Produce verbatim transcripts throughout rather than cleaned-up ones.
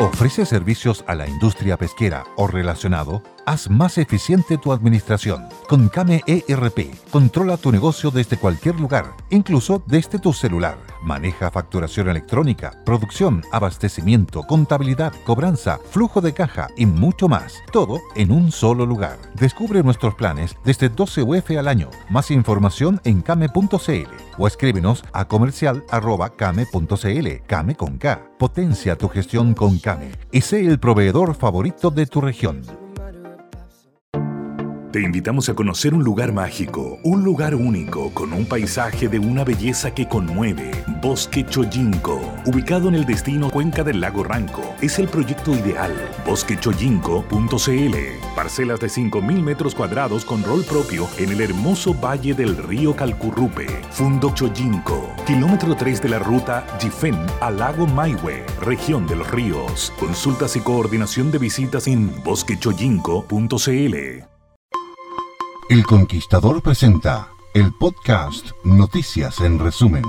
¿Ofrece servicios a la industria pesquera o relacionado? Haz más eficiente tu administración. Con Kame E R P, controla tu negocio desde cualquier lugar, incluso desde tu celular. Maneja facturación electrónica, producción, abastecimiento, contabilidad, cobranza, flujo de caja y mucho más. Todo en un solo lugar. Descubre nuestros planes desde doce U F al año. Más información en kame punto c l o escríbenos a comercial arroba kame punto c l. Kame con K. Potencia tu gestión con Kame y sé el proveedor favorito de tu región. Te invitamos a conocer un lugar mágico, un lugar único, con un paisaje de una belleza que conmueve. Bosque Chojinco, ubicado en el destino Cuenca del Lago Ranco, es el proyecto ideal. bosque chojinco punto c l. Parcelas de cinco mil metros cuadrados con rol propio en el hermoso valle del río Calcurrupe. Fundo Chojinco, kilómetro tres de la ruta Jifén al lago Maihue, región de los ríos. Consultas y coordinación de visitas en bosque chojinco punto c l. El Conquistador presenta el podcast Noticias en Resumen.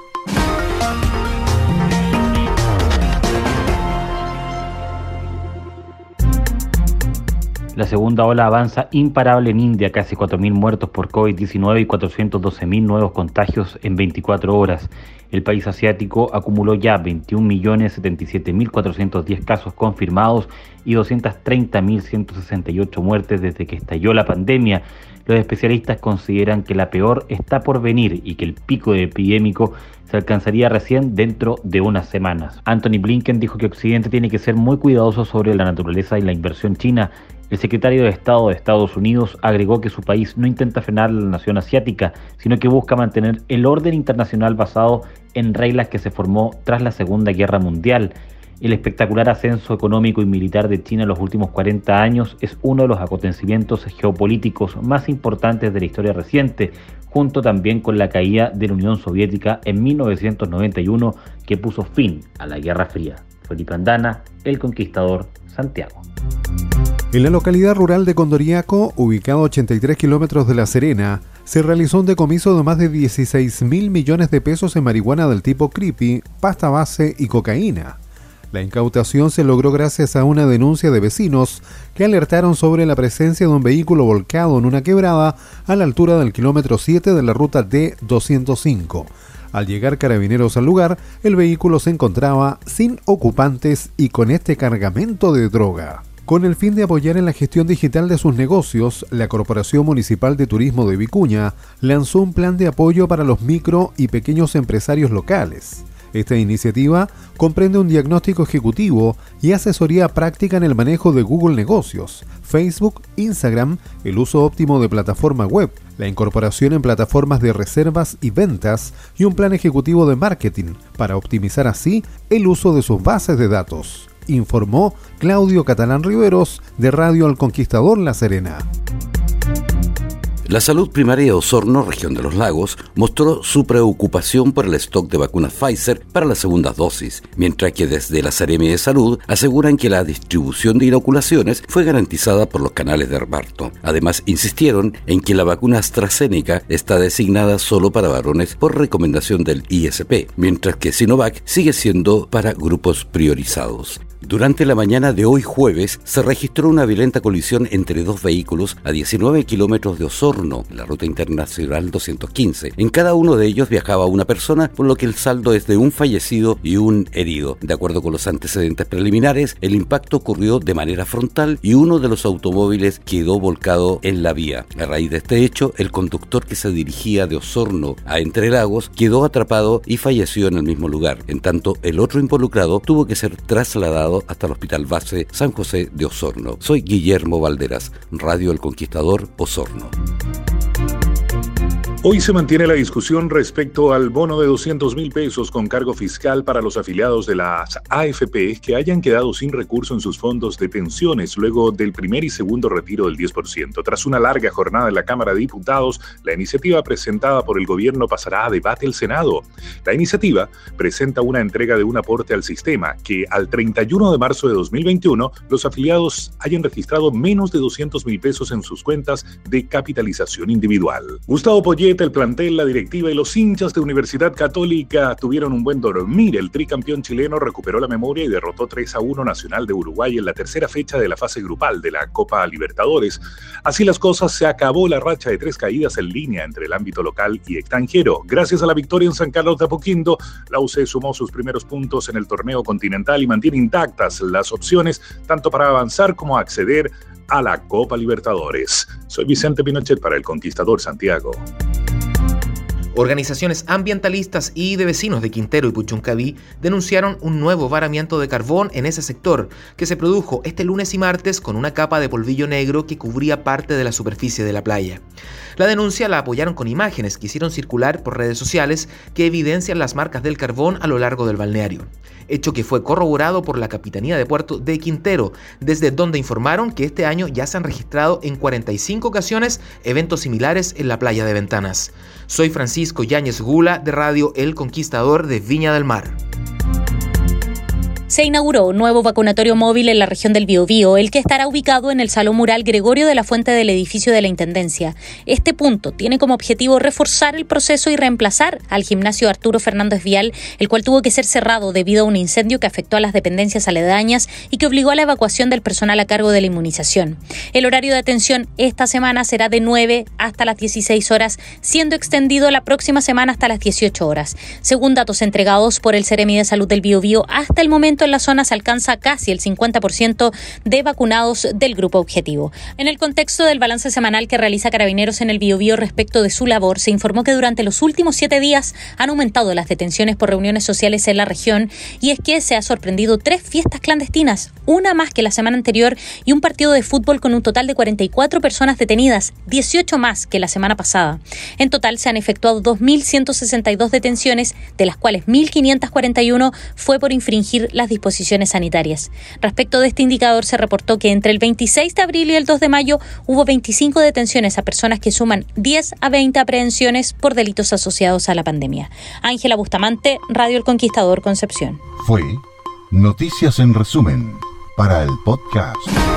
La segunda ola avanza imparable en India, casi cuatro mil muertos por COVID diecinueve y cuatrocientos doce mil nuevos contagios en veinticuatro horas. El país asiático acumuló ya veintiún millones setenta y siete mil cuatrocientos diez casos confirmados y doscientos treinta mil ciento sesenta y ocho muertes desde que estalló la pandemia. Los especialistas consideran que la peor está por venir y que el pico epidémico se alcanzaría recién dentro de unas semanas. Antony Blinken dijo que Occidente tiene que ser muy cuidadoso sobre la naturaleza y la inversión china. El secretario de Estado de Estados Unidos agregó que su país no intenta frenar a la nación asiática, sino que busca mantener el orden internacional basado en reglas que se formó tras la Segunda Guerra Mundial. El espectacular ascenso económico y militar de China en los últimos cuarenta años es uno de los acontecimientos geopolíticos más importantes de la historia reciente, junto también con la caída de la Unión Soviética en mil novecientos noventa y uno, que puso fin a la Guerra Fría. Felipe Andana, El Conquistador, Santiago. En la localidad rural de Condoriaco, ubicado a ochenta y tres kilómetros de La Serena, se realizó un decomiso de más de dieciséis mil millones de pesos en marihuana del tipo creepy, pasta base y cocaína. La incautación se logró gracias a una denuncia de vecinos que alertaron sobre la presencia de un vehículo volcado en una quebrada a la altura del kilómetro siete de la ruta D doscientos cinco. Al llegar carabineros al lugar, el vehículo se encontraba sin ocupantes y con este cargamento de droga. Con el fin de apoyar en la gestión digital de sus negocios, la Corporación Municipal de Turismo de Vicuña lanzó un plan de apoyo para los micro y pequeños empresarios locales. Esta iniciativa comprende un diagnóstico ejecutivo y asesoría práctica en el manejo de Google Negocios, Facebook, Instagram, el uso óptimo de plataforma web, la incorporación en plataformas de reservas y ventas y un plan ejecutivo de marketing para optimizar así el uso de sus bases de datos, informó Claudio Catalán Riveros de Radio El Conquistador La Serena. La Salud Primaria de Osorno, región de los Lagos, mostró su preocupación por el stock de vacunas Pfizer para las segundas dosis, mientras que desde la Seremi de Salud aseguran que la distribución de inoculaciones fue garantizada por los canales de reparto. Además, insistieron en que la vacuna AstraZeneca está designada solo para varones por recomendación del I S P, mientras que Sinovac sigue siendo para grupos priorizados. Durante la mañana de hoy jueves se registró una violenta colisión entre dos vehículos a diecinueve kilómetros de Osorno, la ruta internacional doscientos quince. En cada uno de ellos viajaba una persona, por lo que el saldo es de un fallecido y un herido. De acuerdo con los antecedentes preliminares, el impacto ocurrió de manera frontal y uno de los automóviles quedó volcado en la vía. A raíz de este hecho, el conductor que se dirigía de Osorno a Entre Lagos quedó atrapado y falleció en el mismo lugar. En tanto, el otro involucrado tuvo que ser trasladado hasta el Hospital Base San José de Osorno. Soy Guillermo Valderas, Radio El Conquistador, Osorno. Hoy se mantiene la discusión respecto al bono de doscientos mil pesos con cargo fiscal para los afiliados de las A F P que hayan quedado sin recurso en sus fondos de pensiones luego del primer y segundo retiro del diez por ciento. Tras una larga jornada en la Cámara de Diputados, la iniciativa presentada por el gobierno pasará a debate el Senado. La iniciativa presenta una entrega de un aporte al sistema que al treinta y uno de marzo de dos mil veintiuno los afiliados hayan registrado menos de doscientos mil pesos en sus cuentas de capitalización individual. Gustavo Poyet, siete, el plantel, la directiva y los hinchas de Universidad Católica tuvieron un buen dormir. El tricampeón chileno recuperó la memoria y derrotó tres a uno Nacional de Uruguay en la tercera fecha de la fase grupal de la Copa Libertadores. Así las cosas, se acabó la racha de tres caídas en línea entre el ámbito local y extranjero. Gracias a la victoria en San Carlos de Apoquindo, la U C sumó sus primeros puntos en el torneo continental y mantiene intactas las opciones tanto para avanzar como acceder a la Copa Libertadores. Soy Vicente Pinochet para El Conquistador Santiago. Organizaciones ambientalistas y de vecinos de Quintero y Puchuncaví denunciaron un nuevo varamiento de carbón en ese sector, que se produjo este lunes y martes con una capa de polvillo negro que cubría parte de la superficie de la playa. La denuncia la apoyaron con imágenes que hicieron circular por redes sociales que evidencian las marcas del carbón a lo largo del balneario, hecho que fue corroborado por la Capitanía de Puerto de Quintero, desde donde informaron que este año ya se han registrado en cuarenta y cinco ocasiones eventos similares en la playa de Ventanas. Soy Francisco Yáñez Gula, de Radio El Conquistador de Viña del Mar. Se inauguró un nuevo vacunatorio móvil en la región del Biobío, el que estará ubicado en el Salón Mural Gregorio de la Fuente del edificio de la Intendencia. Este punto tiene como objetivo reforzar el proceso y reemplazar al gimnasio Arturo Fernández Vial, el cual tuvo que ser cerrado debido a un incendio que afectó a las dependencias aledañas y que obligó a la evacuación del personal a cargo de la inmunización. El horario de atención esta semana será de nueve hasta las dieciséis horas, siendo extendido la próxima semana hasta las dieciocho horas. Según datos entregados por el Seremi de Salud del Biobío, hasta el momento en la zona se alcanza casi el cincuenta por ciento de vacunados del grupo objetivo. En el contexto del balance semanal que realiza Carabineros en el Biobío respecto de su labor, se informó que durante los últimos siete días han aumentado las detenciones por reuniones sociales en la región, y es que se ha sorprendido tres fiestas clandestinas, una más que la semana anterior, y un partido de fútbol con un total de cuarenta y cuatro personas detenidas, dieciocho más que la semana pasada. En total se han efectuado dos mil ciento sesenta y dos detenciones, de las cuales mil quinientas cuarenta y uno fue por infringir las disposiciones sanitarias. Respecto de este indicador, se reportó que entre el veintiséis de abril y el dos de mayo hubo veinticinco detenciones a personas que suman diez a veinte aprehensiones por delitos asociados a la pandemia. Ángela Bustamante, Radio El Conquistador, Concepción. Fue Noticias en Resumen para el podcast.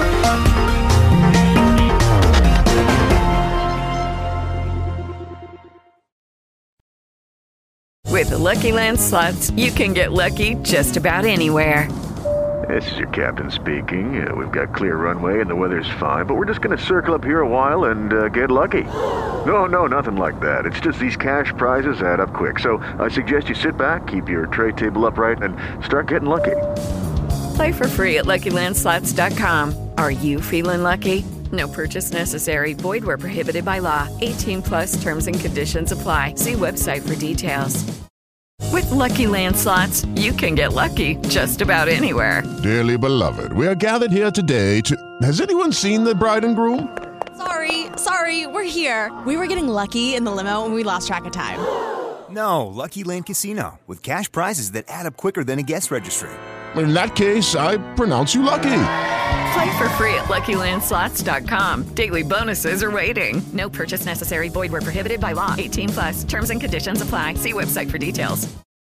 With the Lucky Land Slots, you can get lucky just about anywhere. This is your captain speaking. Uh, we've got clear runway and the weather's fine, but we're just going to circle up here a while and uh, get lucky. No, no, nothing like that. It's just these cash prizes add up quick. So I suggest you sit back, keep your tray table upright, and start getting lucky. Play for free at Lucky Land Slots dot com. Are you feeling lucky? No purchase necessary. Void where prohibited by law. eighteen plus terms and conditions apply. See website for details. With Lucky Land Slots, you can get lucky just about anywhere. Dearly beloved, we are gathered here today to... Has anyone seen the bride and groom? Sorry, sorry, we're here. We were getting lucky in the limo and we lost track of time. No, Lucky Land Casino, with cash prizes that add up quicker than a guest registry. In that case, I pronounce you lucky. Play for free at Lucky Land Slots dot com. Daily bonuses are waiting. No purchase necessary. Void where prohibited by law. eighteen plus. Terms and conditions apply. See website for details.